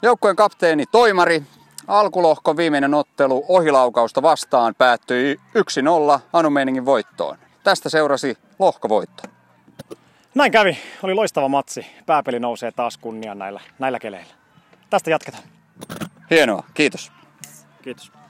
Joukkueen kapteeni Toimari. Alkulohkon viimeinen ottelu ohilaukausta vastaan päättyi 1-0 Anu Meiningin voittoon. Tästä seurasi lohkovoitto. Näin kävi. Oli loistava matsi. Pääpeli nousee taas kunniaan näillä keleillä. Tästä jatketaan. Hienoa, kiitos. Kiitos.